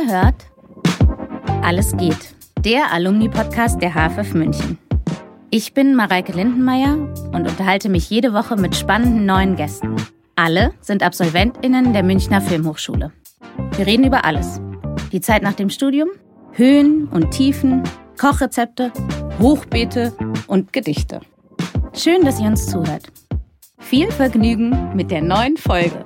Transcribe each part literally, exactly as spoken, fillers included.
Ihr hört Alles geht, der Alumni-Podcast der H F F München. Ich bin Mareike Lindenmeier und unterhalte mich jede Woche mit spannenden neuen Gästen. Alle sind AbsolventInnen der Münchner Filmhochschule. Wir reden über alles. Die Zeit nach dem Studium, Höhen und Tiefen, Kochrezepte, Hochbeete und Gedichte. Schön, dass ihr uns zuhört. Viel Vergnügen mit der neuen Folge.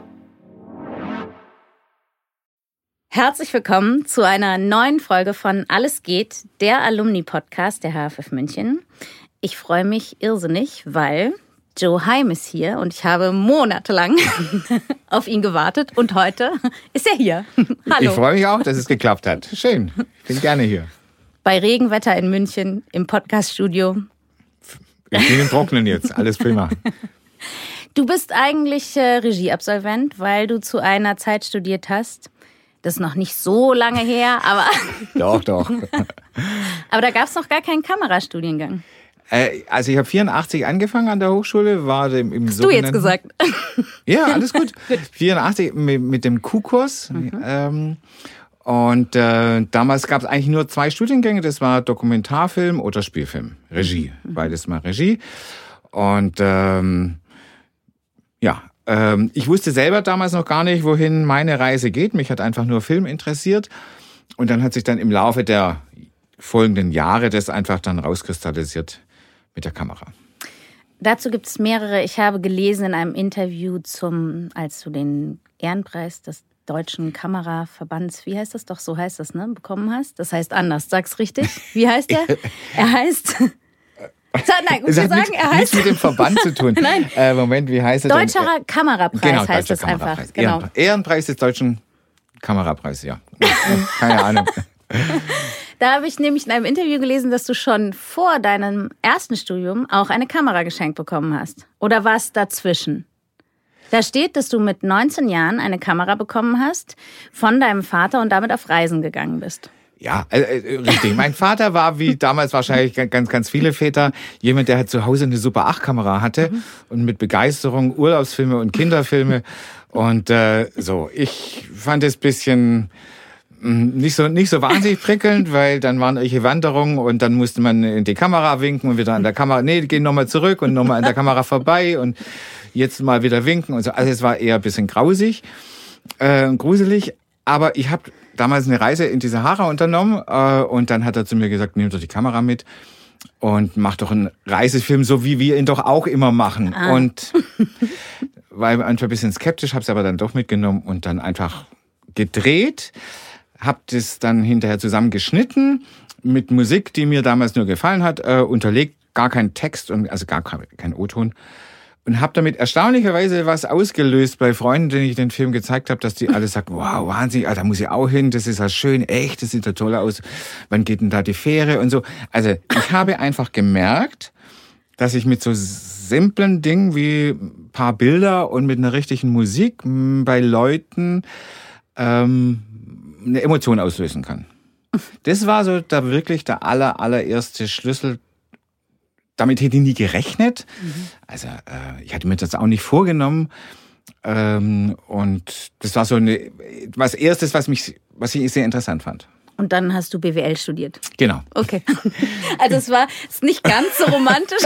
Herzlich willkommen zu einer neuen Folge von Alles geht, der Alumni-Podcast der H F F München. Ich freue mich irrsinnig, weil Joe Heim ist hier und ich habe monatelang auf ihn gewartet und heute ist er hier. Hallo. Ich freue mich auch, dass es geklappt hat. Schön, ich bin gerne hier. Bei Regenwetter in München im Podcaststudio. Ich bin im Trocknen jetzt, alles prima. Du bist eigentlich äh, Regieabsolvent, weil du zu einer Zeit studiert hast. Das ist noch nicht so lange her, aber... Doch, doch. Aber da gab es noch gar keinen Kamerastudiengang. Äh, also ich habe vierundachtzig angefangen an der Hochschule, war im, im Hast du jetzt gesagt? Ja, alles gut. vierundachtzig mit, mit dem Q-Kurs. Mhm. Ähm, und äh, damals gab es eigentlich nur zwei Studiengänge. Das war Dokumentarfilm oder Spielfilm. Regie. Mhm. Beides mal Regie. Und ähm, ja... Ich wusste selber damals noch gar nicht, wohin meine Reise geht. Mich hat einfach nur Film interessiert. Und dann hat sich dann im Laufe der folgenden Jahre das einfach dann rauskristallisiert mit der Kamera. Dazu gibt es mehrere. Ich habe gelesen in einem Interview, zum, als du den Ehrenpreis des Deutschen Kameraverbands, wie heißt das doch, so heißt das, ne, bekommen hast. Das heißt anders, sag's richtig. Wie heißt der? Er heißt... Nein, gut, wir sagen, mit, er heißt... Nichts mit dem Verband zu tun. Nein. Äh, Moment, wie heißt er denn? Deutscher Kamerapreis genau, heißt es einfach. Genau. Ehrenpreis, Ehrenpreis des Deutschen Kamerapreises, ja. Keine Ahnung. Da habe ich nämlich in einem Interview gelesen, dass du schon vor deinem ersten Studium auch eine Kamera geschenkt bekommen hast. Oder war es dazwischen? Da steht, dass du mit neunzehn Jahren eine Kamera bekommen hast von deinem Vater und damit auf Reisen gegangen bist. Ja, äh, richtig. Mein Vater war, wie damals wahrscheinlich ganz, ganz viele Väter, jemand, der halt zu Hause eine Super acht Kamera hatte mhm. und mit Begeisterung Urlaubsfilme und Kinderfilme. Und äh, so, ich fand es ein bisschen mh, nicht so nicht so wahnsinnig prickelnd, weil dann waren irgendwelche Wanderungen und dann musste man in die Kamera winken und wieder an der Kamera, nee, gehen nochmal zurück und nochmal an der Kamera vorbei und jetzt mal wieder winken und so. Also es war eher ein bisschen grausig, äh, gruselig, aber ich habe damals eine Reise in die Sahara unternommen äh, und dann hat er zu mir gesagt, nimm doch die Kamera mit und mach doch einen Reisefilm, so wie wir ihn doch auch immer machen. Ah. Und war einfach ein bisschen skeptisch, habe es aber dann doch mitgenommen und dann einfach gedreht, habe das dann hinterher zusammen geschnitten mit Musik, die mir damals nur gefallen hat, äh, unterlegt, gar kein Text, und also gar kein, kein O-Ton. Und habe damit erstaunlicherweise was ausgelöst bei Freunden, denen ich den Film gezeigt habe, dass die alle sagen, wow, Wahnsinn, ah, da muss ich auch hin, das ist ja schön, echt, das sieht ja toll aus, wann geht denn da die Fähre und so. Also ich habe einfach gemerkt, dass ich mit so simplen Dingen wie ein paar Bilder und mit einer richtigen Musik bei Leuten ähm, eine Emotion auslösen kann. Das war so da wirklich der aller, allererste Schlüssel. Damit hätte ich nie gerechnet. Mhm. Also äh, ich hatte mir das auch nicht vorgenommen. Ähm, und das war so eine, was Erstes, was mich, was ich sehr interessant fand. Und dann hast du B W L studiert? Genau. Okay. Also es war ist nicht ganz so romantisch,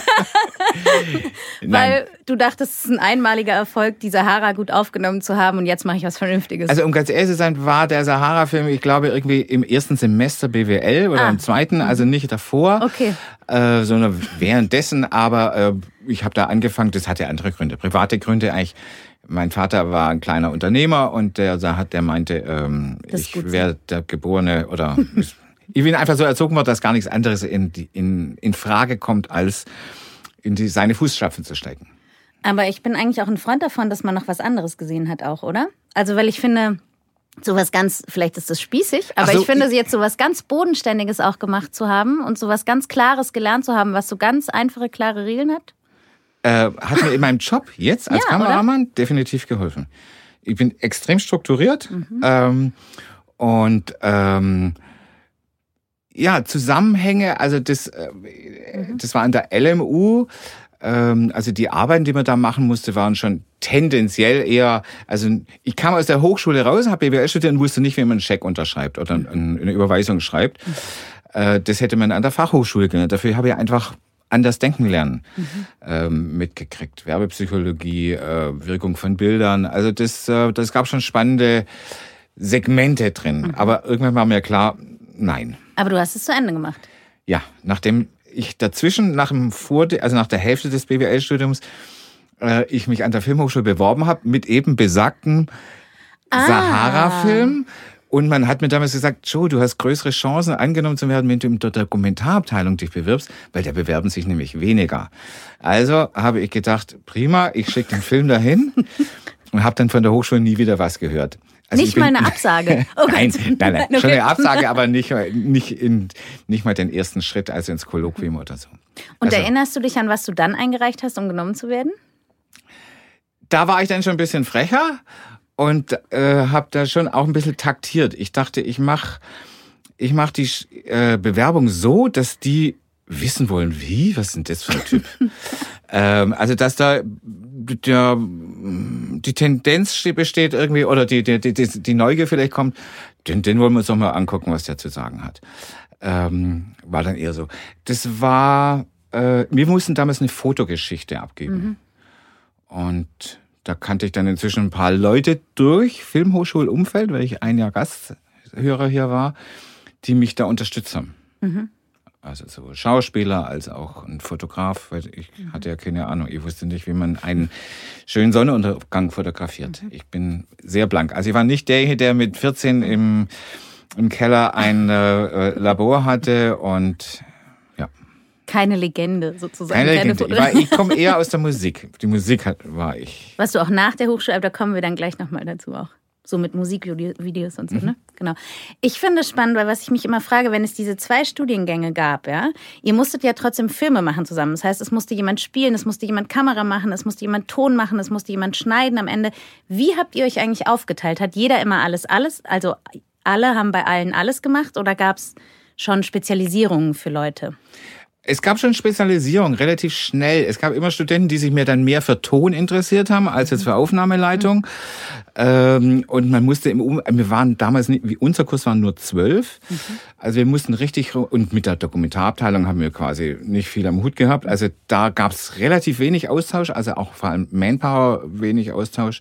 weil du dachtest, es ist ein einmaliger Erfolg, die Sahara gut aufgenommen zu haben und jetzt mache ich was Vernünftiges. Also um ganz ehrlich zu sein, war der Sahara-Film, ich glaube, irgendwie im ersten Semester B W L oder ah. im zweiten, also nicht davor, okay. äh, sondern währenddessen. Aber äh, ich habe da angefangen, das hatte andere Gründe, private Gründe eigentlich. Mein Vater war ein kleiner Unternehmer und der, der meinte, ähm, ich wäre der geborene oder ich bin einfach so erzogen worden, dass gar nichts anderes in, die, in, in Frage kommt, als in die, seine Fußstapfen zu stecken. Aber ich bin eigentlich auch ein Freund davon, dass man noch was anderes gesehen hat auch, oder? Also weil ich finde, sowas ganz, vielleicht ist das spießig, aber so, ich finde jetzt sowas ganz Bodenständiges auch gemacht zu haben und sowas ganz Klares gelernt zu haben, was so ganz einfache, klare Regeln hat. Äh, hat mir in meinem Job jetzt als ja, Kameramann oder? definitiv geholfen. Ich bin extrem strukturiert mhm. ähm, und ähm, ja, Zusammenhänge, also das, äh, mhm. das war an der L M U, Ähm, also die Arbeiten, die man da machen musste, waren schon tendenziell eher, also ich kam aus der Hochschule raus, habe B W L studiert und wusste nicht, wie man einen Scheck unterschreibt oder eine Überweisung schreibt. Äh, das hätte man an der Fachhochschule gelernt. Dafür habe ich einfach anders denken lernen mhm. ähm, mitgekriegt. Werbepsychologie, äh, Wirkung von Bildern. Also das, äh, das gab schon spannende Segmente drin. Mhm. Aber irgendwann war mir klar, nein. Aber du hast es zu Ende gemacht. Ja, nachdem ich dazwischen, nach dem Vor- also nach der Hälfte des B W L-Studiums, äh, ich mich an der Filmhochschule beworben habe mit eben besagten ah. Sahara-Film. Und man hat mir damals gesagt, Joe, du hast größere Chancen, angenommen zu werden, wenn du in der Dokumentarabteilung dich bewirbst, weil da bewerben sich nämlich weniger. Also habe ich gedacht, prima, ich schicke den Film dahin und habe dann von der Hochschule nie wieder was gehört. Also nicht bin, mal eine Absage? Oh nein, nein, nein, nein. Okay. Schon eine Absage, aber nicht, nicht, in, nicht mal den ersten Schritt, also ins Kolloquium oder so. Und also, erinnerst du dich an, was du dann eingereicht hast, um genommen zu werden? Da war ich dann schon ein bisschen frecher. Und äh, habe da schon auch ein bisschen taktiert. Ich dachte, ich mache ich mach die äh, Bewerbung so, dass die wissen wollen, wie? Was ist denn das für ein Typ? ähm, also, dass da der, die Tendenz besteht irgendwie, oder die, die, die, die Neugier vielleicht kommt, den, den wollen wir uns doch mal angucken, was der zu sagen hat. Ähm, war dann eher so. Das war, äh, wir mussten damals eine Fotogeschichte abgeben. Mhm. Und da kannte ich dann inzwischen ein paar Leute durch Filmhochschulumfeld, weil ich ein Jahr Gasthörer hier war, die mich da unterstützt haben. Mhm. Also sowohl Schauspieler als auch ein Fotograf, weil ich mhm. hatte ja keine Ahnung. Ich wusste nicht, wie man einen schönen Sonnenuntergang fotografiert. Mhm. Ich bin sehr blank. Also ich war nicht der, der mit vierzehn im, im Keller ein äh, Labor hatte und ja. Keine Legende sozusagen. Keine Legende. Ich, war, ich komme eher aus der Musik. Die Musik hat, war ich. Was du auch nach der Hochschule, da kommen wir dann gleich nochmal dazu auch. So mit Musikvideos und so, mhm. ne? Genau. Ich finde es spannend, weil was ich mich immer frage, wenn es diese zwei Studiengänge gab, ja, ihr musstet ja trotzdem Filme machen zusammen. Das heißt, es musste jemand spielen, es musste jemand Kamera machen, es musste jemand Ton machen, es musste jemand schneiden am Ende. Wie habt ihr euch eigentlich aufgeteilt? Hat jeder immer alles, alles? Also alle haben bei allen alles gemacht oder gab es schon Spezialisierungen für Leute? Es gab schon Spezialisierung, relativ schnell. Es gab immer Studenten, die sich mehr dann mehr für Ton interessiert haben, als jetzt für Aufnahmeleitung. Mhm. Ähm, und man musste im um wir waren damals nicht, wie unser Kurs waren nur zwölf. Mhm. Also wir mussten richtig, und mit der Dokumentarabteilung haben wir quasi nicht viel am Hut gehabt. Also da gab es relativ wenig Austausch, also auch vor allem Manpower wenig Austausch.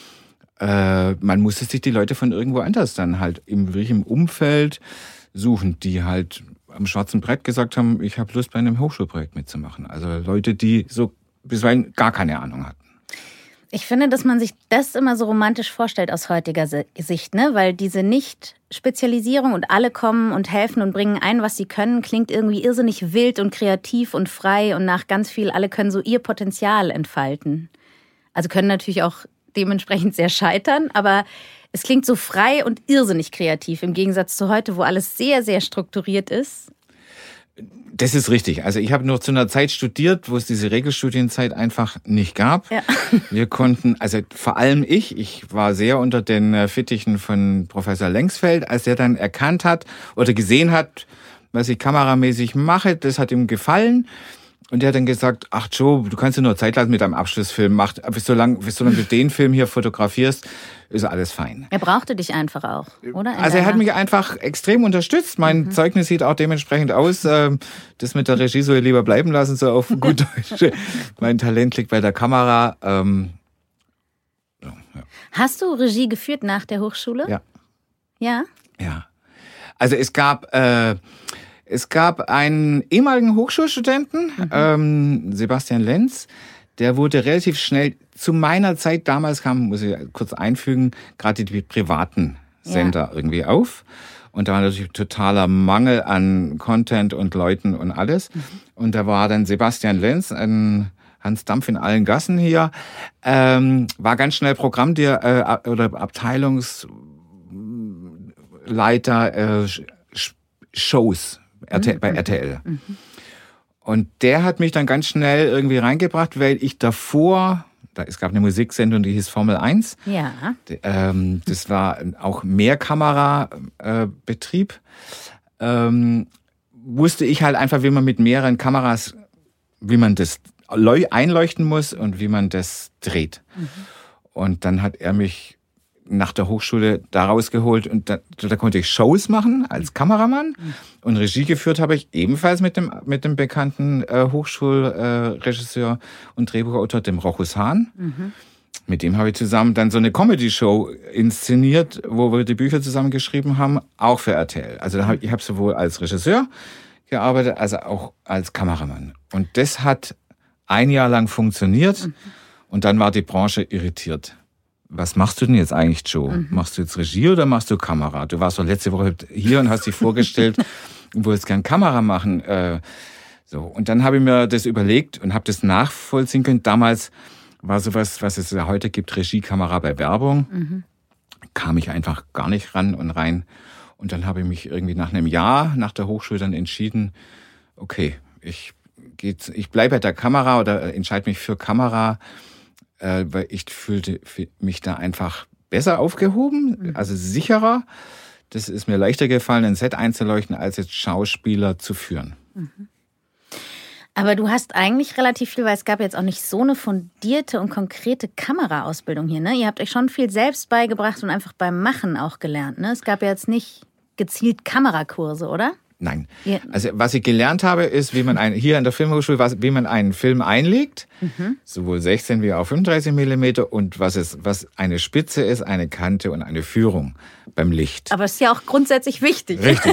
Äh, man musste sich die Leute von irgendwo anders dann halt im wirklichen Umfeld suchen, die halt am schwarzen Brett gesagt haben, ich habe Lust, bei einem Hochschulprojekt mitzumachen. Also Leute, die so bisweilen gar keine Ahnung hatten. Ich finde, dass man sich das immer so romantisch vorstellt aus heutiger Sicht, ne? Weil diese Nicht-Spezialisierung und alle kommen und helfen und bringen ein, was sie können, klingt irgendwie irrsinnig wild und kreativ und frei und nach ganz viel, alle können so ihr Potenzial entfalten. Also können natürlich auch dementsprechend sehr scheitern, aber es klingt so frei und irrsinnig kreativ im Gegensatz zu heute, wo alles sehr, sehr strukturiert ist. Das ist richtig. Also ich habe noch zu einer Zeit studiert, wo es diese Regelstudienzeit einfach nicht gab. Ja. Wir konnten, also vor allem ich, ich war sehr unter den Fittichen von Professor Lengsfeld, als er dann erkannt hat oder gesehen hat, was ich kameramäßig mache, das hat ihm gefallen. Und er hat dann gesagt, ach Joe, du kannst dir nur Zeit lassen mit deinem Abschlussfilm. Mach, bis solange, bis solange du den Film hier fotografierst, ist alles fein. Er brauchte dich einfach auch, oder? In also er hat mich einfach extrem unterstützt. Mein mhm. Zeugnis sieht auch dementsprechend aus. Das mit der Regie soll ich lieber bleiben lassen, so auf gut Deutsch. Mein Talent liegt bei der Kamera. Ähm, ja. Hast du Regie geführt nach der Hochschule? Ja. Ja? Ja. Also es gab... Äh, Es gab einen ehemaligen Hochschulstudenten, mhm. ähm, Sebastian Lenz, der wurde relativ schnell, zu meiner Zeit damals kam, muss ich kurz einfügen, gerade die privaten Sender ja. irgendwie auf. Und da war natürlich totaler Mangel an Content und Leuten und alles. Mhm. Und da war dann Sebastian Lenz, ein Hans Dampf in allen Gassen hier, ähm, war ganz schnell Programmdirektor äh, oder Abteilungsleiter äh, Shows. R T L, bei R T L. Mhm. Und der hat mich dann ganz schnell irgendwie reingebracht, weil ich davor, da, es gab eine Musiksendung, die hieß Formel eins. Ja. Ähm, das war auch Mehrkamera-Betrieb. Ähm, wusste ich halt einfach, wie man mit mehreren Kameras, wie man das einleuchten muss und wie man das dreht. Mhm. Und dann hat er mich nach der Hochschule da rausgeholt und da, da konnte ich Shows machen als Kameramann mhm. und Regie geführt habe ich ebenfalls mit dem, mit dem bekannten äh, Hochschulregisseur äh, und Drehbuchautor, dem Rochus Hahn. Mhm. Mit dem habe ich zusammen dann so eine Comedy-Show inszeniert, wo wir die Bücher zusammen geschrieben haben, auch für R T L. Also hab, ich habe sowohl als Regisseur gearbeitet, als auch als Kameramann. Und das hat ein Jahr lang funktioniert mhm. und dann war die Branche irritiert. Was machst du denn jetzt eigentlich, Joe? Mhm. Machst du jetzt Regie oder machst du Kamera? Du warst doch letzte Woche hier und hast dich vorgestellt und wolltest gern Kamera machen. Äh, so. Und dann habe ich mir das überlegt und habe das nachvollziehen können. Damals war sowas, was es ja heute gibt, Regiekamera bei Werbung. Mhm. Kam ich einfach gar nicht ran und rein. Und dann habe ich mich irgendwie nach einem Jahr nach der Hochschule dann entschieden, okay, ich, ich bleibe bei der Kamera oder entscheide mich für Kamera, weil ich fühlte mich da einfach besser aufgehoben, also sicherer. Das ist mir leichter gefallen, ein Set einzuleuchten, als jetzt Schauspieler zu führen. Aber du hast eigentlich relativ viel, weil es gab jetzt auch nicht so eine fundierte und konkrete Kameraausbildung hier, ne? Ihr habt euch schon viel selbst beigebracht und einfach beim Machen auch gelernt, ne? Es gab ja jetzt nicht gezielt Kamerakurse, oder? Nein. Ja. Also was ich gelernt habe, ist, wie man ein, hier an der Filmhochschule, was, wie man einen Film einlegt, mhm. sowohl sechzehn wie auch fünfunddreißig Millimeter und was es, was eine Spitze ist, eine Kante und eine Führung beim Licht. Aber es ist ja auch grundsätzlich wichtig. Richtig.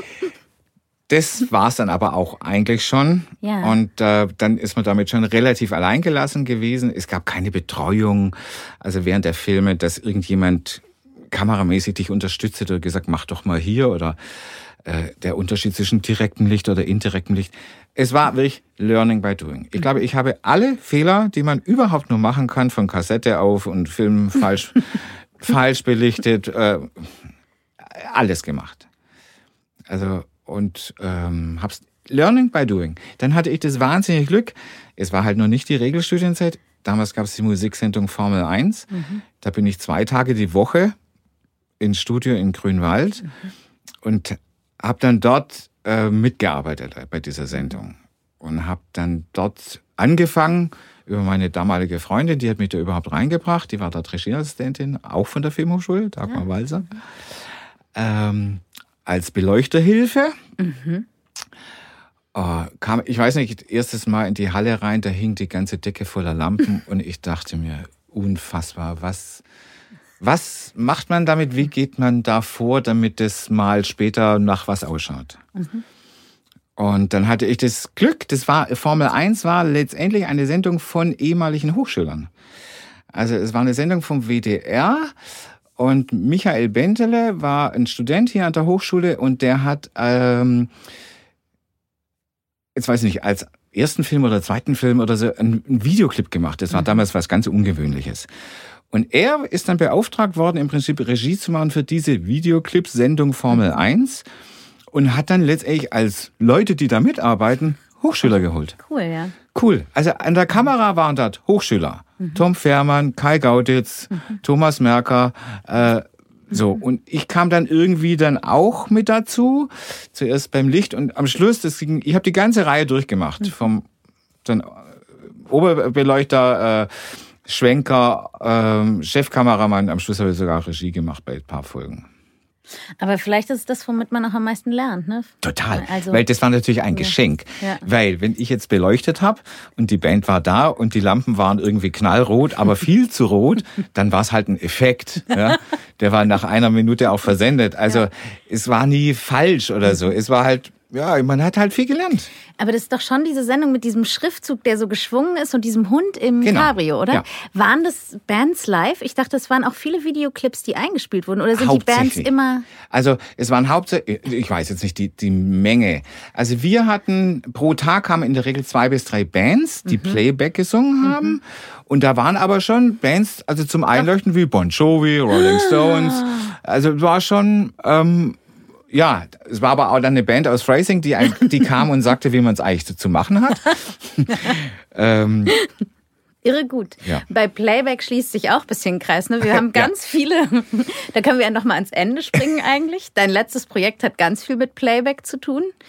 Das war es dann aber auch eigentlich schon. Ja. Und äh, dann ist man damit schon relativ alleingelassen gewesen. Es gab keine Betreuung, also während der Filme, dass irgendjemand kameramäßig dich unterstützt oder gesagt, mach doch mal hier oder der Unterschied zwischen direktem Licht oder indirektem Licht. Es war wirklich Learning by Doing. Ich glaube, ich habe alle Fehler, die man überhaupt nur machen kann, von Kassette auf und Film falsch, falsch belichtet, äh, alles gemacht. Also und ähm, hab's Learning by Doing. Dann hatte ich das wahnsinnige Glück. Es war halt noch nicht die Regelstudienzeit. Damals gab es die Musiksendung Formel eins. Mhm. Da bin ich zwei Tage die Woche ins Studio in Grünwald mhm. und habe dann dort äh, mitgearbeitet bei dieser Sendung und habe dann dort angefangen über meine damalige Freundin, die hat mich da überhaupt reingebracht, die war dort Regieassistentin, auch von der Filmhochschule, Dagmar ja. Walser, ähm, als Beleuchterhilfe. Mhm. Äh, kam, ich weiß nicht, erstes Mal in die Halle rein, da hing die ganze Decke voller Lampen und ich dachte mir, unfassbar, was... Was macht man damit? Wie geht man da vor, damit es mal später nach was ausschaut? Mhm. Und dann hatte ich das Glück, das war, Formel eins war letztendlich eine Sendung von ehemaligen Hochschülern. Also es war eine Sendung vom W D R und Michael Bentele war ein Student hier an der Hochschule und der hat, ähm, jetzt weiß ich nicht, als ersten Film oder zweiten Film oder so einen Videoclip gemacht. Das war mhm. damals was ganz Ungewöhnliches. Und er ist dann beauftragt worden, im Prinzip Regie zu machen für diese Videoclip-Sendung Formel eins und hat dann letztendlich als Leute, die da mitarbeiten, Hochschüler geholt. Cool, ja. Cool. Also an der Kamera waren dort Hochschüler. Mhm. Tom Fehrmann, Kai Gauditz, mhm. Thomas Merker, äh, so. Und ich kam dann irgendwie dann auch mit dazu. Zuerst beim Licht und am Schluss, das ging, ich habe die ganze Reihe durchgemacht. Mhm. Vom dann Oberbeleuchter, äh, Schwenker, ähm, Chefkameramann, am Schluss habe ich sogar Regie gemacht bei ein paar Folgen. Aber vielleicht ist es das, womit man auch am meisten lernt, ne? Total, also, weil das war natürlich ein ja. Geschenk. Ja. Weil wenn ich jetzt beleuchtet habe und die Band war da und die Lampen waren irgendwie knallrot, aber viel zu rot, dann war es halt ein Effekt. Ja? Der war nach einer Minute auch versendet. Also ja. es war nie falsch oder so. Es war halt, ja, man hat halt viel gelernt. Aber das ist doch schon diese Sendung mit diesem Schriftzug, der so geschwungen ist und diesem Hund im genau. Cabrio, oder? Ja. Waren das Bands live? Ich dachte, es waren auch viele Videoclips, die eingespielt wurden. Oder sind die Bands immer... Also es waren hauptsächlich, ich weiß jetzt nicht die, die Menge. Also wir hatten, pro Tag kamen in der Regel zwei bis drei Bands, die mhm. Playback gesungen haben. Mhm. Und da waren aber schon Bands, also zum Einleuchten wie Bon Jovi, Rolling Stones. Also es war schon... Ähm, Ja, es war aber auch dann eine Band aus Freising, die, die kam und sagte, wie man es eigentlich zu machen hat. ähm, Irre gut. Ja. Bei Playback schließt sich auch ein bisschen ein Kreis. Ne? Wir haben ganz ja. viele, da können wir ja noch mal ans Ende springen eigentlich. Dein letztes Projekt hat ganz viel mit Playback zu tun.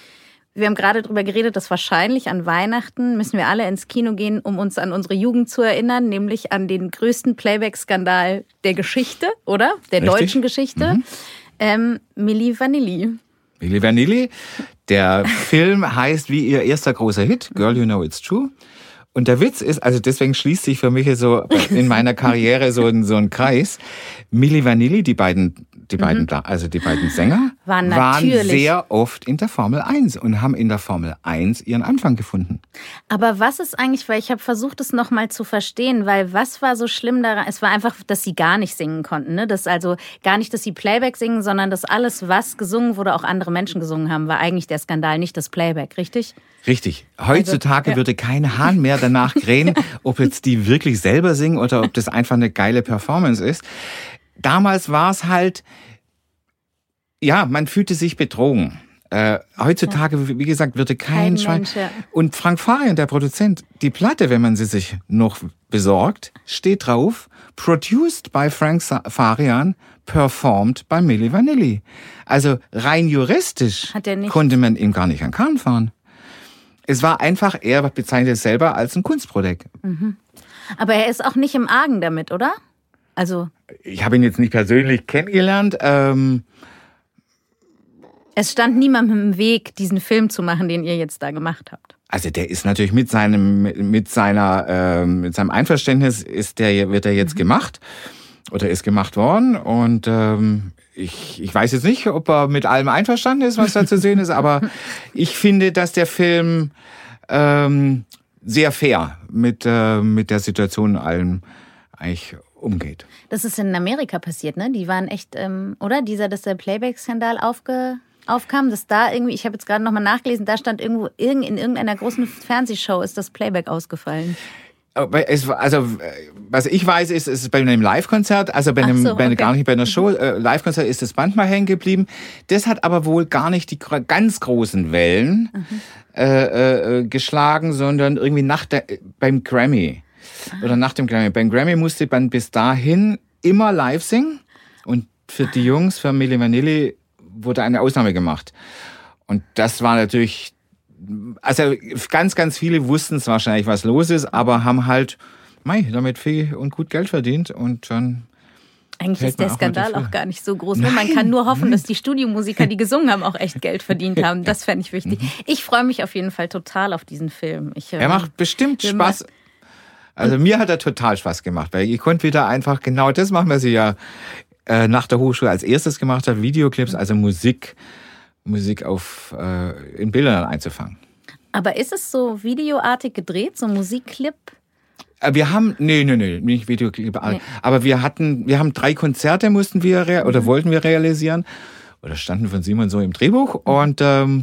Wir haben gerade drüber geredet, dass wahrscheinlich an Weihnachten müssen wir alle ins Kino gehen, um uns an unsere Jugend zu erinnern, nämlich an den größten Playback-Skandal der Geschichte, oder? Der Richtig? deutschen Geschichte. Mhm. Ähm, Milli Vanilli. Milli Vanilli. Der Film heißt wie ihr erster großer Hit, Girl, You Know It's True. Und der Witz ist, also deswegen schließt sich für mich so in meiner Karriere so ein, so ein Kreis. Milli Vanilli, die beiden, die beiden, mhm. also die beiden Sänger, waren, waren sehr oft in der Formel eins und haben in der Formel eins ihren Anfang gefunden. Aber was ist eigentlich, weil ich habe versucht, es nochmal zu verstehen, weil was war so schlimm daran? Es war einfach, dass sie gar nicht singen konnten, ne? Das also gar nicht, dass sie Playback singen, sondern dass alles, was gesungen wurde, auch andere Menschen gesungen haben, war eigentlich der Skandal, nicht das Playback, richtig? Richtig. Heutzutage also, ja. würde kein Hahn mehr danach krähen, ob jetzt die wirklich selber singen oder ob das einfach eine geile Performance ist. Damals war es halt, ja, man fühlte sich betrogen. Äh, heutzutage, ja. wie gesagt, würde kein, kein Schwein... Mensch, ja. Und Frank Farian, der Produzent, die Platte, wenn man sie sich noch besorgt, steht drauf, produced by Frank Farian, performed by Milli Vanilli. Also rein juristisch konnte man ihm gar nicht an Karren fahren. Es war einfach, er bezeichnet es selber als ein Kunstprojekt. Mhm. Aber er ist auch nicht im Argen damit, oder? Also ich habe ihn jetzt nicht persönlich kennengelernt. Ähm es stand niemandem im Weg, diesen Film zu machen, den ihr jetzt da gemacht habt. Also der ist natürlich mit seinem, mit seiner, äh, mit seinem Einverständnis ist der, wird er jetzt mhm. gemacht oder ist gemacht worden und ähm, Ich, ich weiß jetzt nicht, ob er mit allem einverstanden ist, was da zu sehen ist, aber ich finde, dass der Film ähm, sehr fair mit, äh, mit der Situation allem eigentlich umgeht. Das ist in Amerika passiert, ne? Die waren echt, ähm, oder? Dieser, dass der Playback-Skandal aufge, aufkam, dass da irgendwie, ich habe jetzt gerade nochmal nachgelesen, da stand irgendwo, in irgendeiner großen Fernsehshow ist das Playback ausgefallen. Es, also, was ich weiß, ist, es ist bei einem Live-Konzert, also bei einem, so, okay. bei, gar nicht bei einer Show, äh, Live-Konzert ist das Band mal hängen geblieben. Das hat aber wohl gar nicht die ganz großen Wellen mhm. äh, äh, geschlagen, sondern irgendwie nach der, beim Grammy. Ah. Oder nach dem Grammy. Beim Grammy musste man bis dahin immer live singen. Und für die Jungs, für Milli Vanilli, wurde eine Ausnahme gemacht. Und das war natürlich... Also ganz, ganz viele wussten es wahrscheinlich, was los ist, aber haben halt mei, damit viel und gut Geld verdient und dann... Eigentlich ist der Skandal auch gar nicht so groß. Nein, man kann nur hoffen, nein. dass die Studiomusiker, die gesungen haben, auch echt Geld verdient haben. Das fände ich wichtig. Ich freue mich auf jeden Fall total auf diesen Film. Ich, er macht bestimmt Spaß. Also mir hat er total Spaß gemacht, weil ich konnte wieder einfach genau das machen, was ich ja äh, nach der Hochschule als erstes gemacht habe, Videoclips, also Musik, Musik auf äh, in Bildern einzufangen. Aber ist es so videoartig gedreht, so ein Musikclip? Wir haben, nee, nee, nee, nicht Videoclip, nee. aber wir hatten, wir haben drei Konzerte mussten wir, rea- oder mhm. wollten wir realisieren, oder standen von Simon so im Drehbuch und ähm,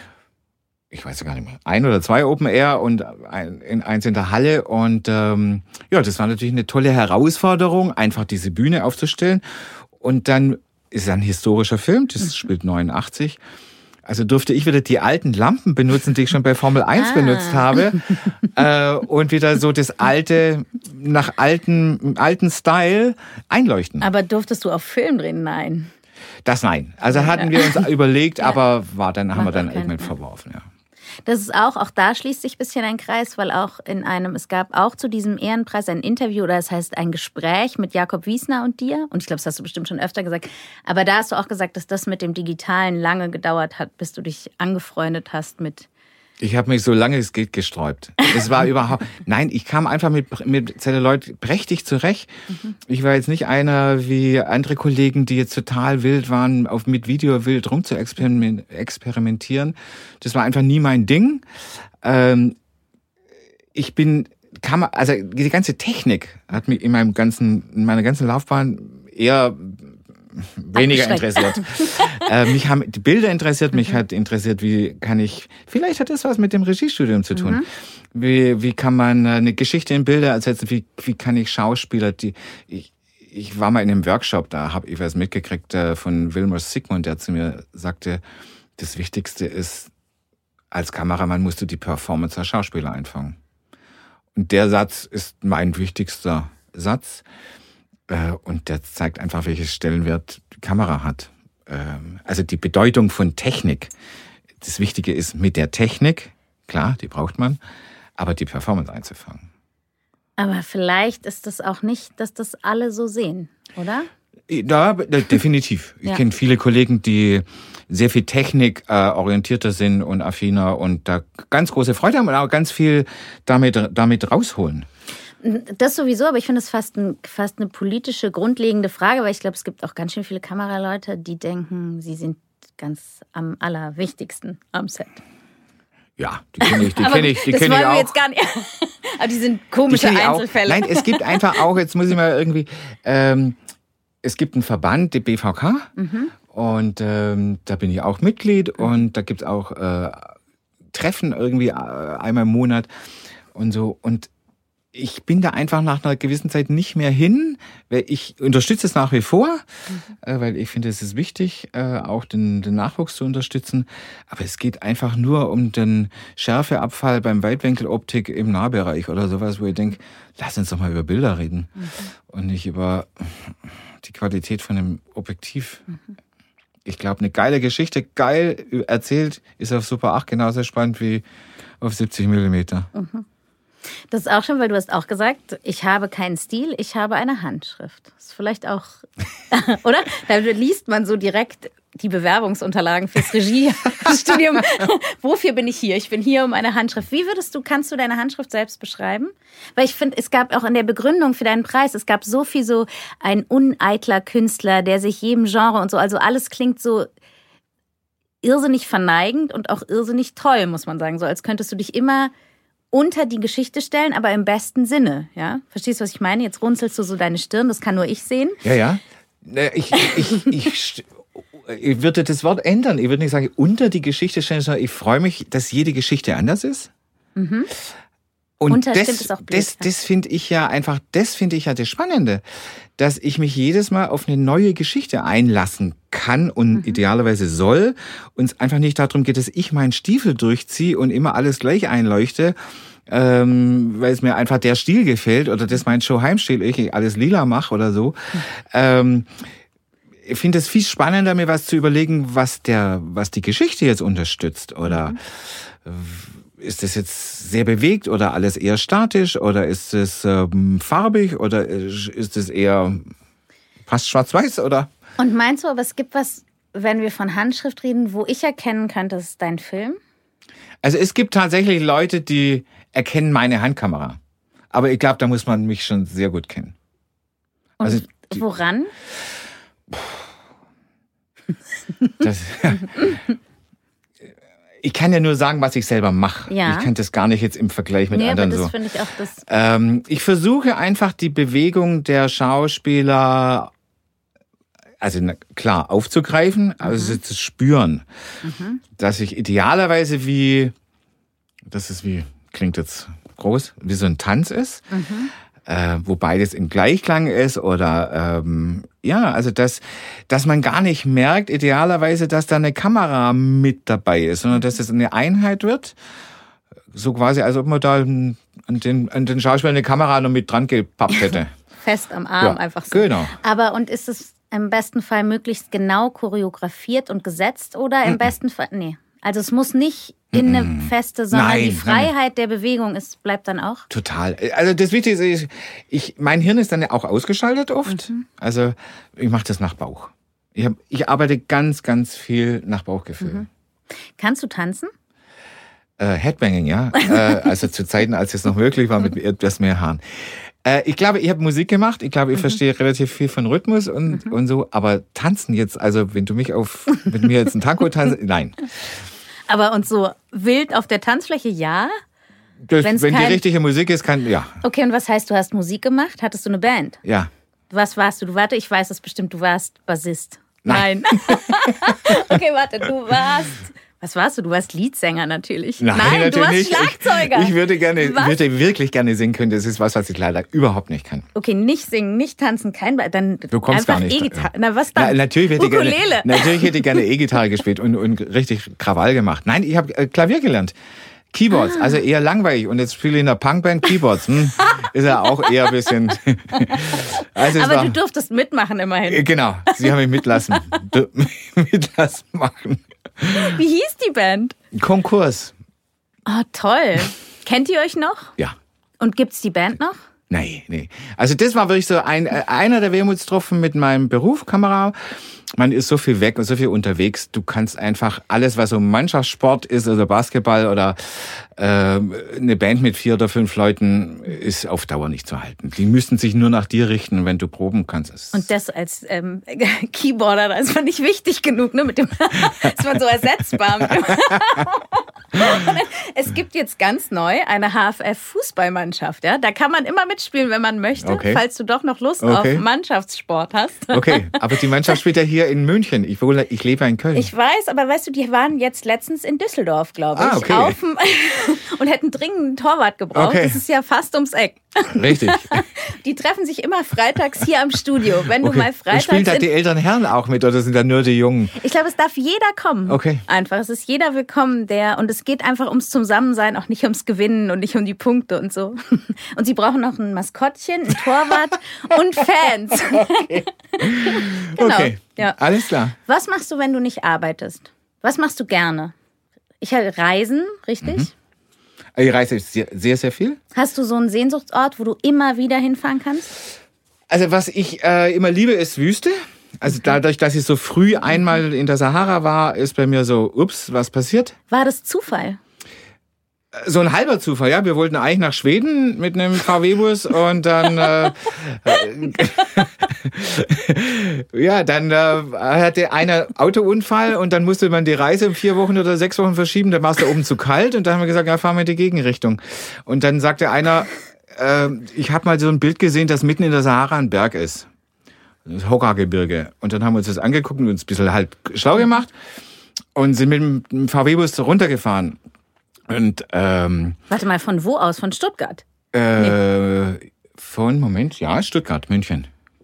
ich weiß gar nicht mehr, ein oder zwei Open Air und ein, eins in der Halle und ähm, ja, das war natürlich eine tolle Herausforderung, einfach diese Bühne aufzustellen und dann ist es ein historischer Film, das mhm. spielt neunundachtzig. Also durfte ich wieder die alten Lampen benutzen, die ich schon bei Formel eins ah. benutzt habe. äh, und wieder so das alte, nach alten, alten Style einleuchten. Aber durftest du auf Film drehen? Nein. Das nein. Also hatten wir uns überlegt, aber war dann, haben wir dann irgendwann verworfen, ja. Das ist auch, auch da schließt sich ein bisschen ein Kreis, weil auch in einem, es gab auch zu diesem Ehrenpreis ein Interview, oder das heißt ein Gespräch mit Jakob Wiesner und dir. Und ich glaube, das hast du bestimmt schon öfter gesagt. Aber da hast du auch gesagt, dass das mit dem Digitalen lange gedauert hat, bis du dich angefreundet hast mit... Ich habe mich so lange es geht gesträubt. Es war überhaupt... Nein, ich kam einfach mit, mit Celluloid prächtig zurecht. Mhm. Ich war jetzt nicht einer wie andere Kollegen, die jetzt total wild waren, auf mit Video wild rum zu experimentieren. Das war einfach nie mein Ding. Ähm, ich bin... Kam, also die ganze Technik hat mich in meinem ganzen, in meiner ganzen Laufbahn eher... weniger interessiert. äh, mich haben die Bilder interessiert, mich mhm. hat interessiert, wie kann ich, vielleicht hat das was mit dem Regiestudium zu tun. Mhm. Wie, wie kann man eine Geschichte in Bilder ersetzen, wie, wie kann ich Schauspieler, die, ich, ich war mal in einem Workshop, da habe ich was mitgekriegt äh, von Wilmer Sigmund, der zu mir sagte, das Wichtigste ist, als Kameramann musst du die Performance der Schauspieler einfangen. Und der Satz ist mein wichtigster Satz. Und der zeigt einfach, welchen Stellenwert die Kamera hat. Also die Bedeutung von Technik, Das Wichtige ist, mit der Technik, klar, die braucht man, aber die Performance einzufangen. Aber vielleicht ist das auch nicht, dass das alle so sehen, oder? Ja, definitiv. Ich ja. kenne viele Kollegen, die sehr viel Technik äh, orientierter sind und affiner und da ganz große Freude haben und auch ganz viel damit, damit rausholen. Das sowieso, aber ich finde es fast, ein, fast eine politische, grundlegende Frage, weil ich glaube, es gibt auch ganz schön viele Kameraleute, die denken, sie sind ganz am allerwichtigsten am Set. Ja, die kenne ich, die kenne ich, die das kenne ich auch. Wir jetzt gar nicht. Aber die sind komische die Einzelfälle. Nein, es gibt einfach auch, jetzt muss ich mal irgendwie, ähm, es gibt einen Verband, die B V K, mhm. und ähm, da bin ich auch Mitglied und da gibt es auch äh, Treffen irgendwie äh, einmal im Monat und so und ich bin da einfach nach einer gewissen Zeit nicht mehr hin, weil ich unterstütze es nach wie vor, mhm. äh, weil ich finde, es ist wichtig, äh, auch den, den Nachwuchs zu unterstützen. Aber es geht einfach nur um den Schärfeabfall beim Weitwinkeloptik im Nahbereich oder sowas, wo ich denke, lass uns doch mal über Bilder reden mhm. und nicht über die Qualität von einem Objektiv. Mhm. Ich glaube, eine geile Geschichte, geil erzählt, ist auf Super acht genauso spannend wie auf siebzig Millimeter. Mhm. Das ist auch schon, weil du hast auch gesagt, ich habe keinen Stil, ich habe eine Handschrift. Das ist vielleicht auch, oder? Da liest man so direkt die Bewerbungsunterlagen fürs Regiestudium. Wofür bin ich hier? Ich bin hier um eine Handschrift. Wie würdest du, kannst du deine Handschrift selbst beschreiben? Weil ich finde, es gab auch in der Begründung für deinen Preis, es gab so viel so ein uneitler Künstler, der sich jedem Genre und so, also alles klingt so irrsinnig verneigend und auch irrsinnig toll, muss man sagen. So als könntest du dich immer unter die Geschichte stellen, aber im besten Sinne, ja? Verstehst du, was ich meine? Jetzt runzelst du so deine Stirn, das kann nur ich sehen. Ja, ja. Ich, ich, ich, ich würde das Wort ändern. Ich würde nicht sagen, unter die Geschichte stellen, sondern ich freue mich, dass jede Geschichte anders ist. Mhm. Und unter das, ist auch blöd, das, das finde ich ja einfach, das finde ich ja das Spannende, dass ich mich jedes Mal auf eine neue Geschichte einlassen kann und mhm. idealerweise soll und es einfach nicht darum geht, dass ich meinen Stiefel durchziehe und immer alles gleich einleuchte, ähm, weil es mir einfach der Stil gefällt oder das mein Show-Heimstil, ich alles lila mache oder so. Mhm. Ähm, ich finde es viel spannender, mir was zu überlegen, was der, was die Geschichte jetzt unterstützt oder mhm. ist das jetzt sehr bewegt oder alles eher statisch oder ist es ähm, farbig oder ist es eher fast schwarz-weiß oder? Und meinst du, aber es gibt was, wenn wir von Handschrift reden, wo ich erkennen könnte, das ist dein Film? Also es gibt tatsächlich Leute, die erkennen meine Handkamera. Aber ich glaube, da muss man mich schon sehr gut kennen. Und also, die, woran? Das, ich kann ja nur sagen, was ich selber mache. Ja. Ich kann das gar nicht jetzt im Vergleich mit nee, anderen aber das so. Finde ich auch das. Ähm, ich versuche einfach die Bewegung der Schauspieler, also klar aufzugreifen, also mhm. zu spüren, mhm. dass ich idealerweise wie, das ist wie, klingt jetzt groß, wie so ein Tanz ist. Mhm. Äh, wo beides im Gleichklang ist oder ähm, ja, also dass, dass man gar nicht merkt, idealerweise, dass da eine Kamera mit dabei ist, sondern dass es eine Einheit wird, so quasi, als ob man da an den, an den Schauspieler eine Kamera noch mit dran gepappt hätte. Fest am Arm, ja, einfach so. Genau. Aber und ist es im besten Fall möglichst genau choreografiert und gesetzt oder im mhm. besten Fall, nee. Also es muss nicht in eine feste, sondern nein, die Freiheit nein. der Bewegung ist, bleibt dann auch? Total. Also das Wichtigste ist, ich, mein Hirn ist dann ja auch ausgeschaltet oft. Mhm. Also ich mache das nach Bauch. Ich, hab, ich arbeite ganz, ganz viel nach Bauchgefühl. Mhm. Kannst du tanzen? Äh, Headbanging, ja. äh, also zu Zeiten, als es noch möglich war mit etwas mehr Haaren. Äh, ich glaube, ich habe Musik gemacht. Ich glaube, ich mhm. verstehe relativ viel von Rhythmus und, mhm. und so. Aber tanzen jetzt, also wenn du mich auf, mit mir jetzt ein Tango tanzt, nein. Aber und so wild auf der Tanzfläche, ja? Das, wenn kein... die richtige Musik ist, kann, ja. Okay, und was heißt, du hast Musik gemacht? Hattest du eine Band? Ja. Was warst du? Du warte, ich weiß es bestimmt, du warst Bassist. Nein. Nein. Okay, warte, du warst... Was warst du? Du warst Liedsänger natürlich. Nein, Nein natürlich du warst nicht. Schlagzeuger. Ich, ich würde gerne, ich würde wirklich gerne singen können. Das ist was, was ich leider überhaupt nicht kann. Okay, nicht singen, nicht tanzen, kein Be- dann du kommst einfach gar nicht. E-Gitarre. Na, was dann? Na, natürlich hätte Ukulele. Ich gerne, natürlich hätte ich gerne E-Gitarre gespielt und, und richtig Krawall gemacht. Nein, ich habe Klavier gelernt. Keyboards, ah. also eher langweilig. Und jetzt spiele ich in der Punkband Keyboards. Hm, ist ja auch eher ein bisschen... Also aber war, du durftest mitmachen immerhin. Genau, sie haben mich mitlassen. mitlassen machen. Wie hieß die Band? Konkurs. Oh, toll. Kennt ihr euch noch? Ja. Und gibt's die Band noch? Nee, nee. Also das war wirklich so ein, einer der Wermutstropfen mit meinem Beruf, Kamera. Man ist so viel weg und so viel unterwegs. Du kannst einfach alles, was so Mannschaftssport ist, also Basketball oder äh, eine Band mit vier oder fünf Leuten, ist auf Dauer nicht zu halten. Die müssten sich nur nach dir richten, wenn du proben kannst. Und das als ähm, Keyboarder, das war nicht wichtig genug, ne? Mit dem ist man so ersetzbar. Mit dem es gibt jetzt ganz neu eine H F F-Fußballmannschaft. Ja? Da kann man immer mitspielen, wenn man möchte, okay. Falls du doch noch Lust okay. auf Mannschaftssport hast. Okay, aber die Mannschaft spielt ja hier in München. Ich, wohne, ich lebe in Köln. Ich weiß, aber weißt du, die waren jetzt letztens in Düsseldorf, glaube ich. Ah, okay. Auf dem und hätten dringend einen Torwart gebraucht. Okay. Das ist ja fast ums Eck. Richtig. Die treffen sich immer freitags hier am Studio. Wenn okay. du mal freitags... Und spielen da die älteren Herren auch mit oder sind da nur die Jungen? Ich glaube, es darf jeder kommen. Okay. Einfach. Es ist jeder willkommen, der... Und es geht einfach ums Zusammensein, auch nicht ums Gewinnen und nicht um die Punkte und so. Und sie brauchen noch ein Maskottchen, ein Torwart und Fans. Okay. Genau. Okay. Ja. Alles klar. Was machst du, wenn du nicht arbeitest? Was machst du gerne? Ich reisen, richtig? Mhm. Ich reise sehr, sehr, sehr viel. Hast du so einen Sehnsuchtsort, wo du immer wieder hinfahren kannst? Also was ich äh, immer liebe, ist Wüste. Also dadurch, dass ich so früh einmal in der Sahara war, ist bei mir so, ups, was passiert? War das Zufall? So ein halber Zufall, ja. Wir wollten eigentlich nach Schweden mit einem V W-Bus und dann, äh, ja, dann äh, hatte einer Autounfall und dann musste man die Reise um vier Wochen oder sechs Wochen verschieben. Dann war es da oben zu kalt und dann haben wir gesagt, ja, fahren wir in die Gegenrichtung. Und dann sagte einer, äh, ich habe mal so ein Bild gesehen, dass mitten in der Sahara ein Berg ist. Das Hokka-Gebirge. Und dann haben wir uns das angeguckt und uns ein bisschen halt schlau gemacht und sind mit dem V W-Bus runtergefahren. Und, ähm, Warte mal, von wo aus? Von Stuttgart? Äh, nee. Von, Moment, ja, Stuttgart, München.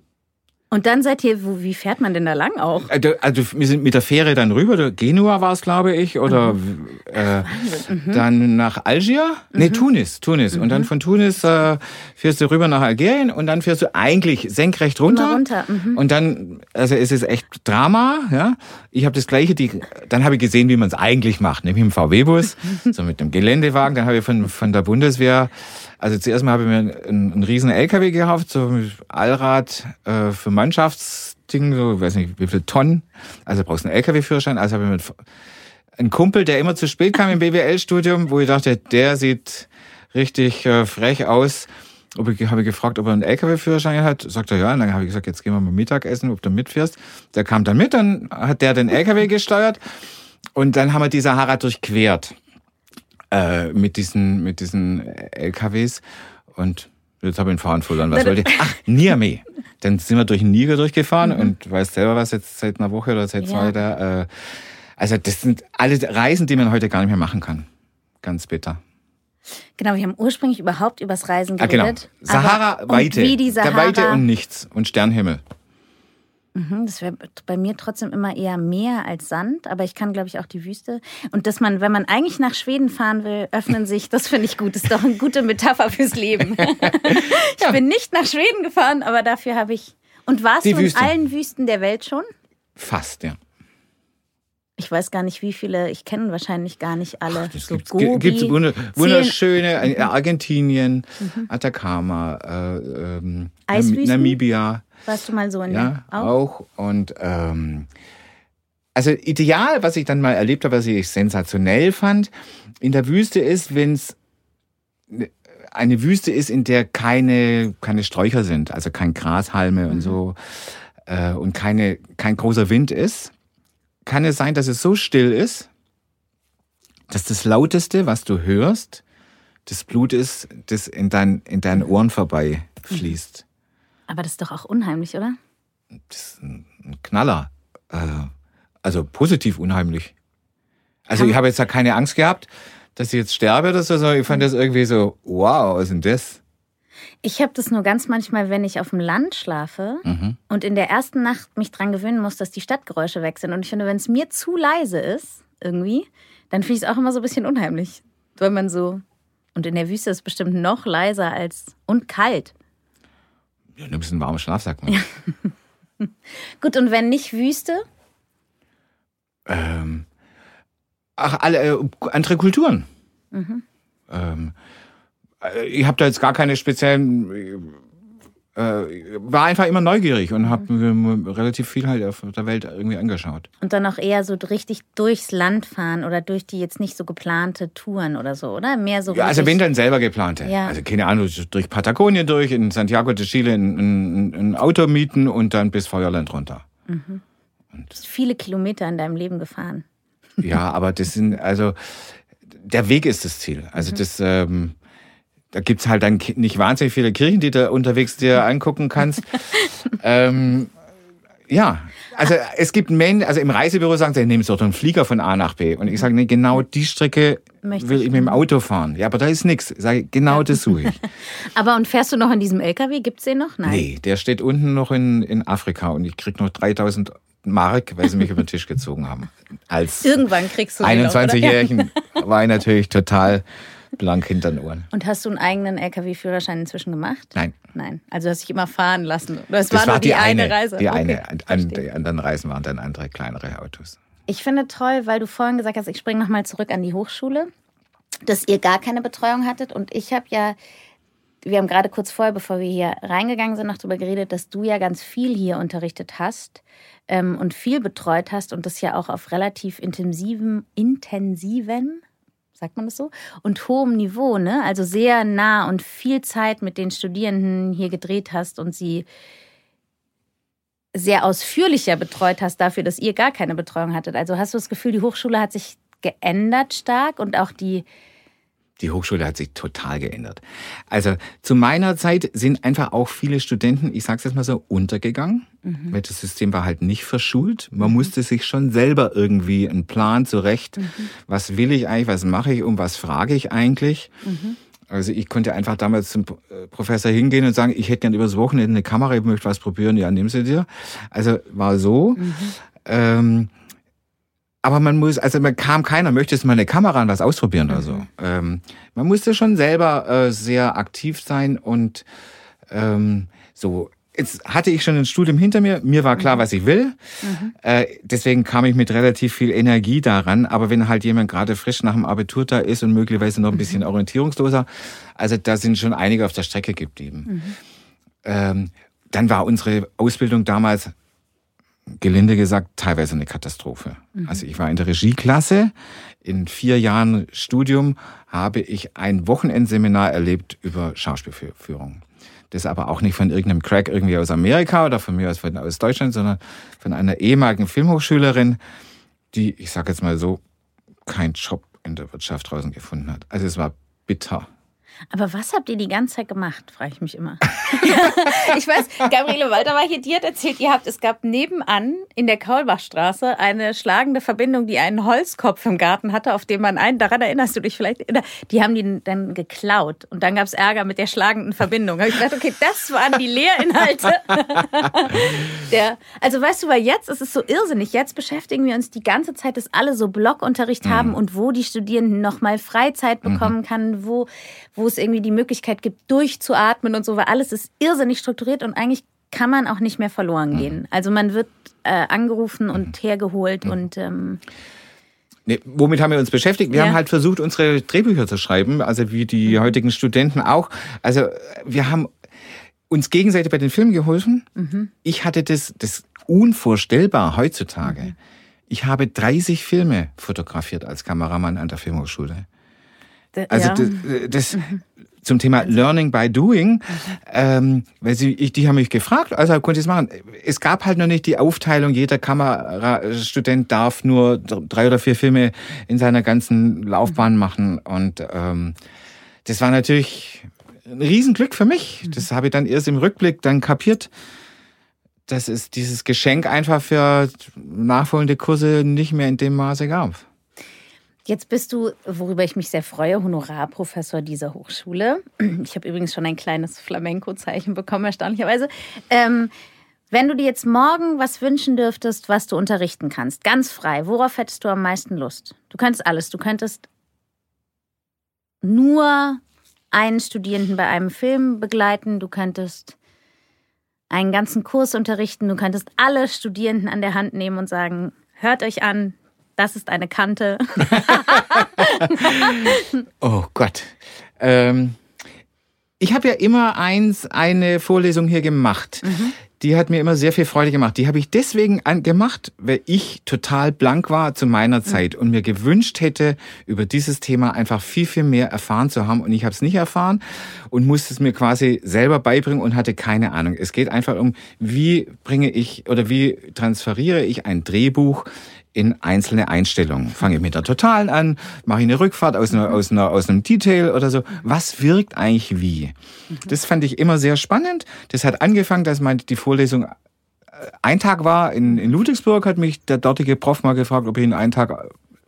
Und dann seid ihr, wo, wie fährt man denn da lang auch? Also, also wir sind mit der Fähre dann rüber, Genua war es, glaube ich, oder mhm. äh, mhm. dann nach Algier, mhm. nee, Tunis, Tunis. Mhm. Und dann von Tunis äh, fährst du rüber nach Algerien und dann fährst du eigentlich senkrecht runter. Immer runter. Mhm. Und dann, also es ist echt Drama, ja. Ich habe das Gleiche, die, dann habe ich gesehen, wie man es eigentlich macht, nämlich im V W-Bus, so mit dem Geländewagen. Dann habe ich von, von der Bundeswehr, also zuerst mal habe ich mir einen, einen riesen L K W gekauft, so mit Allrad äh, für Mannschaftsding, so, ich weiß nicht, wie viel Tonnen. Also du brauchst einen L K W-Führerschein. Also habe ich mit einem Kumpel, der immer zu spät kam im B W L-Studium, wo ich dachte, der sieht richtig äh, frech aus. Ob ich habe gefragt, ob er einen L K W-Führerschein hat. Sagt er ja. Und dann habe ich gesagt, jetzt gehen wir mal Mittagessen, ob du mitfährst. Der kam dann mit, dann hat der den L K W gesteuert. Und dann haben wir die Sahara durchquert. Äh, mit diesen, mit diesen L K Ws. Und jetzt habe ich den Fahren verloren. Was wollte ich? Ach, Niamey. Dann sind wir durch den Niger durchgefahren mhm. und weißt selber was jetzt seit einer Woche oder seit zwei ja. da. Äh, also das sind alle Reisen, die man heute gar nicht mehr machen kann. Ganz bitter. Genau, wir haben ursprünglich überhaupt übers Reisen geredet. Ah, genau. Sahara, aber, Weite. Wie die Sahara, der Weite und nichts. Und Sternhimmel. Mhm, das wäre bei mir trotzdem immer eher Meer als Sand, aber ich kann, glaube ich, auch die Wüste. Und dass man, wenn man eigentlich nach Schweden fahren will, öffnen sich, das finde ich gut. Das ist doch eine gute Metapher fürs Leben. Ich ja. bin nicht nach Schweden gefahren, aber dafür habe ich... Und warst die du Wüste. in allen Wüsten der Welt schon? Fast, ja. Ich weiß gar nicht, wie viele, ich kenne wahrscheinlich gar nicht alle. Es so gibt, gibt wunderschöne, mhm. Argentinien, mhm. Atacama, äh, ähm, Namibia. Warst du mal so in ja, der auch? auch. Und ähm, also ideal, was ich dann mal erlebt habe, was ich sensationell fand, in der Wüste ist, wenn es eine Wüste ist, in der keine, keine Sträucher sind, also kein Grashalme mhm. und so äh, und keine, kein großer Wind ist. Kann es sein, dass es so still ist, dass das Lauteste, was du hörst, das Blut ist, das in, dein, in deinen Ohren vorbei fließt. Aber das ist doch auch unheimlich, oder? Das ist ein Knaller. Also positiv unheimlich. Also ich habe jetzt da keine Angst gehabt, dass ich jetzt sterbe oder so, sondern ich fand das irgendwie so, wow, was ist denn das? Ich habe das nur ganz manchmal, wenn ich auf dem Land schlafe mhm. und in der ersten Nacht mich dran gewöhnen muss, dass die Stadtgeräusche weg sind. Und ich finde, wenn es mir zu leise ist, irgendwie, dann finde ich es auch immer so ein bisschen unheimlich. Weil man so... Und in der Wüste ist es bestimmt noch leiser als... Und kalt. Ja, ein bisschen warmer Schlafsack. Ja. Gut, und wenn nicht Wüste? Ähm, Ach, alle äh, andere Kulturen. Mhm. Ähm, ich habe da jetzt gar keine speziellen... Äh, war einfach immer neugierig und habe mhm. relativ viel halt auf der Welt irgendwie angeschaut. Und dann auch eher so richtig durchs Land fahren oder durch die jetzt nicht so geplante Touren oder so, oder? Mehr so. Ja, also wenn dann selber geplante. Ja. Also keine Ahnung, durch Patagonien durch, in Santiago de Chile ein, ein, ein Auto mieten und dann bis Feuerland runter. Mhm. Und du bist viele Kilometer in deinem Leben gefahren. Ja, aber das sind, also der Weg ist das Ziel. Also mhm. das... Ähm, Da gibt's halt dann nicht wahnsinnig viele Kirchen, die du unterwegs dir angucken kannst. ähm, ja, also es gibt Menschen, also im Reisebüro sagen sie, nehmen Sie doch einen Flieger von A nach B. Und ich sage, nee, genau die Strecke Möchte will ich mit dem Auto fahren. Ja, aber da ist nichts. Ich sage, genau das suche ich. Aber und fährst du noch in diesem L K W? Gibt's den noch? Nein. Nee, der steht unten noch in, in Afrika und ich krieg noch dreitausend Mark, weil sie mich über den Tisch gezogen haben. Als Irgendwann kriegst du einundzwanzigjährigen war ich natürlich total... blank hinter den Ohren. Und hast du einen eigenen L K W-Führerschein inzwischen gemacht? Nein. Nein. Also hast dich immer fahren lassen. Das, das war, war nur die, die eine, eine Reise. Die okay, eine. An, die anderen Reisen waren dann andere, kleinere Autos. Ich finde toll, weil du vorhin gesagt hast, ich springe nochmal zurück an die Hochschule, dass ihr gar keine Betreuung hattet. Und ich habe ja, wir haben gerade kurz vorher, bevor wir hier reingegangen sind, noch darüber geredet, dass du ja ganz viel hier unterrichtet hast ähm, und viel betreut hast und das ja auch auf relativ intensivem, intensiven sagt man das so, und hohem Niveau, ne? Also sehr nah und viel Zeit mit den Studierenden hier gedreht hast und sie sehr ausführlicher betreut hast dafür, dass ihr gar keine Betreuung hattet. Also hast du das Gefühl, die Hochschule hat sich geändert stark und auch die... Die Hochschule hat sich total geändert. Also zu meiner Zeit sind einfach auch viele Studenten, ich sag's jetzt mal so, untergegangen. Mhm. Weil das System war halt nicht verschult. Man mhm. musste sich schon selber irgendwie einen Plan zurecht. Mhm. Was will ich eigentlich, was mache ich und was frage ich eigentlich? Mhm. Also ich konnte einfach damals zum Professor hingehen und sagen, ich hätte gern übers Wochenende eine Kamera, ich möchte was probieren, ja, nimm sie dir. Also war so. Mhm. Ähm, Aber man muss, also man kam keiner, möchte jetzt mal eine Kamera an was ausprobieren oder so. Ähm, man musste schon selber äh, sehr aktiv sein und ähm, so. Jetzt hatte ich schon ein Studium hinter mir, mir war klar, was ich will. Mhm. Äh, deswegen kam ich mit relativ viel Energie daran. Aber wenn halt jemand gerade frisch nach dem Abitur da ist und möglicherweise noch ein bisschen mhm. orientierungsloser, also da sind schon einige auf der Strecke geblieben. Mhm. Ähm, dann war unsere Ausbildung damals, gelinde gesagt, teilweise eine Katastrophe. Mhm. Also ich war in der Regieklasse. In vier Jahren Studium habe ich ein Wochenendseminar erlebt über Schauspielführung. Das aber auch nicht von irgendeinem Crack irgendwie aus Amerika oder von mir aus, von, aus Deutschland, sondern von einer ehemaligen Filmhochschülerin, die, ich sage jetzt mal so, keinen Job in der Wirtschaft draußen gefunden hat. Also es war bitter. Aber was habt ihr die ganze Zeit gemacht, frage ich mich immer. Ich weiß, Gabriele Walter war hier, die hat erzählt, ihr habt, es gab nebenan in der Kaulbachstraße eine schlagende Verbindung, die einen Holzkopf im Garten hatte, auf dem man einen, daran erinnerst du dich vielleicht, die haben die dann geklaut und dann gab es Ärger mit der schlagenden Verbindung. Da habe ich gedacht, okay, das waren die Lehrinhalte. Der, also weißt du, weil jetzt ist es so irrsinnig, jetzt beschäftigen wir uns die ganze Zeit, dass alle so Blockunterricht mhm. haben und wo die Studierenden nochmal Freizeit bekommen mhm. kann, wo, wo es irgendwie die Möglichkeit gibt, durchzuatmen und so, weil alles ist irrsinnig strukturiert und eigentlich kann man auch nicht mehr verloren gehen. Also man wird äh, angerufen und hergeholt und... Ähm Nee, womit haben wir uns beschäftigt? Wir ja. haben halt versucht, unsere Drehbücher zu schreiben, also wie die heutigen Studenten auch. Also wir haben uns gegenseitig bei den Filmen geholfen. Mhm. Ich hatte das, das unvorstellbar heutzutage. Mhm. Ich habe dreißig Filme fotografiert als Kameramann an der Filmhochschule. Also ja. das, das mhm. zum Thema Learning by Doing, mhm. ähm, weil sie, ich, die haben mich gefragt, also konnte ich es machen. Es gab halt noch nicht die Aufteilung, jeder Kamerastudent darf nur drei oder vier Filme in seiner ganzen Laufbahn mhm. machen. Und ähm, das war natürlich ein Riesenglück für mich. Mhm. Das habe ich dann erst im Rückblick dann kapiert, dass es dieses Geschenk einfach für nachfolgende Kurse nicht mehr in dem Maße gab. Jetzt bist du, worüber ich mich sehr freue, Honorarprofessor dieser Hochschule. Ich habe übrigens schon ein kleines Flamenco-Zeichen bekommen, erstaunlicherweise. Ähm, wenn du dir jetzt morgen was wünschen dürftest, was du unterrichten kannst, ganz frei, worauf hättest du am meisten Lust? Du könntest alles. Du könntest nur einen Studierenden bei einem Film begleiten. Du könntest einen ganzen Kurs unterrichten. Du könntest alle Studierenden an der Hand nehmen und sagen, hört euch an, das ist eine Kante. Oh Gott. Ähm, ich habe ja immer eins, eine Vorlesung hier gemacht. Mhm. Die hat mir immer sehr viel Freude gemacht. Die habe ich deswegen gemacht, weil ich total blank war zu meiner Zeit und mir gewünscht hätte, über dieses Thema einfach viel, viel mehr erfahren zu haben. Und ich habe es nicht erfahren und musste es mir quasi selber beibringen und hatte keine Ahnung. Es geht einfach um, wie bringe ich oder wie transferiere ich ein Drehbuch in einzelne Einstellungen. Fange ich mit der Totalen an, mache ich eine Rückfahrt aus, einer, aus, einer, aus einem Detail oder so. Was wirkt eigentlich wie? Das fand ich immer sehr spannend. Das hat angefangen, dass meine, die Vorlesung ein Tag war. In, in Ludwigsburg hat mich der dortige Prof mal gefragt, ob ich ihn einen Tag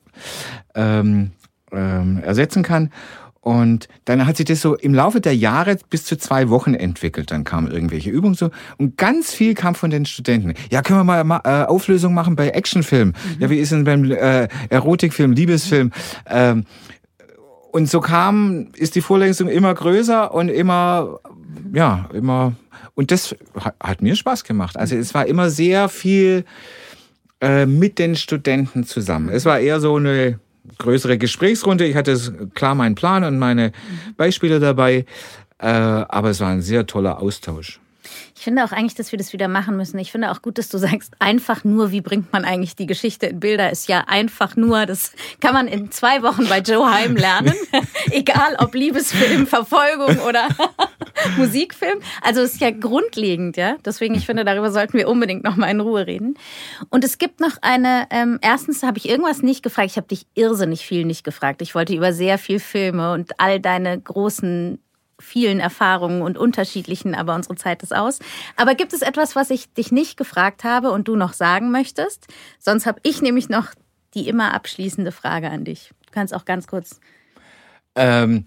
ähm, ähm, ersetzen kann. Und dann hat sich das so im Laufe der Jahre bis zu zwei Wochen entwickelt. Dann kamen irgendwelche Übungen so. Und ganz viel kam von den Studenten. Ja, können wir mal äh, Auflösung machen bei Actionfilm? Mhm. Ja, wie ist denn beim äh, Erotikfilm, Liebesfilm? Ähm, und so kam, ist die Vorlesung immer größer und immer, ja, immer. Und das hat, hat mir Spaß gemacht. Also es war immer sehr viel äh, mit den Studenten zusammen. Es war eher so eine größere Gesprächsrunde. Ich hatte klar meinen Plan und meine Beispiele dabei, äh, aber es war ein sehr toller Austausch. Ich finde auch eigentlich, dass wir das wieder machen müssen. Ich finde auch gut, dass du sagst, einfach nur, wie bringt man eigentlich die Geschichte in Bilder, ist ja einfach nur, das kann man in zwei Wochen bei Joe Heim lernen. Egal, ob Liebesfilm, Verfolgung oder Musikfilm. Also es ist ja grundlegend, ja. Deswegen, ich finde, darüber sollten wir unbedingt noch mal in Ruhe reden. Und es gibt noch eine, ähm, erstens habe ich irgendwas nicht gefragt. Ich habe dich irrsinnig viel nicht gefragt. Ich wollte über sehr viel Filme und all deine großen vielen Erfahrungen und unterschiedlichen, aber unsere Zeit ist aus. Aber gibt es etwas, was ich dich nicht gefragt habe und du noch sagen möchtest? Sonst habe ich nämlich noch die immer abschließende Frage an dich. Du kannst auch ganz kurz... Ähm,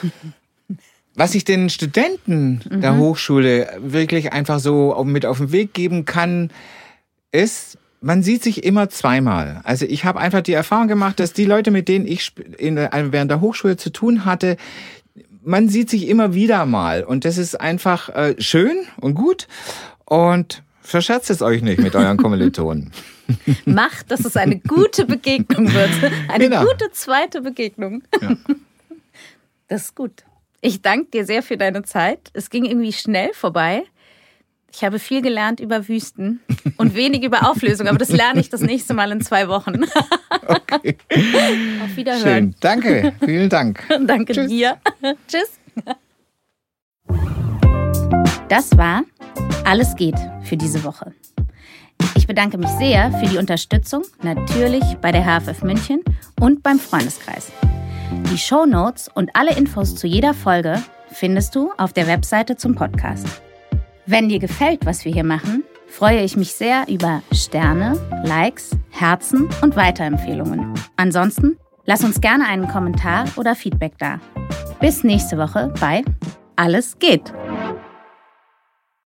was ich den Studenten mhm. der Hochschule wirklich einfach so mit auf den Weg geben kann, ist, man sieht sich immer zweimal. Also ich habe einfach die Erfahrung gemacht, dass die Leute, mit denen ich in, während der Hochschule zu tun hatte, man sieht sich immer wieder mal und das ist einfach äh, schön und gut und verscherzt es euch nicht mit euren Kommilitonen. Macht, dass es eine gute Begegnung wird. Eine genau. gute zweite Begegnung. Ja. Das ist gut. Ich danke dir sehr für deine Zeit. Es ging irgendwie schnell vorbei. Ich habe viel gelernt über Wüsten und wenig über Auflösung, aber das lerne ich das nächste Mal in zwei Wochen. Okay. Auf Wiederhören. Schön. Danke. Vielen Dank. Danke Tschüss. dir. Tschüss. Das war Alles geht für diese Woche. Ich bedanke mich sehr für die Unterstützung, natürlich bei der H F F München und beim Freundeskreis. Die Shownotes und alle Infos zu jeder Folge findest du auf der Webseite zum Podcast. Wenn dir gefällt, was wir hier machen, freue ich mich sehr über Sterne, Likes, Herzen und Weiterempfehlungen. Ansonsten lass uns gerne einen Kommentar oder Feedback da. Bis nächste Woche bei Alles geht!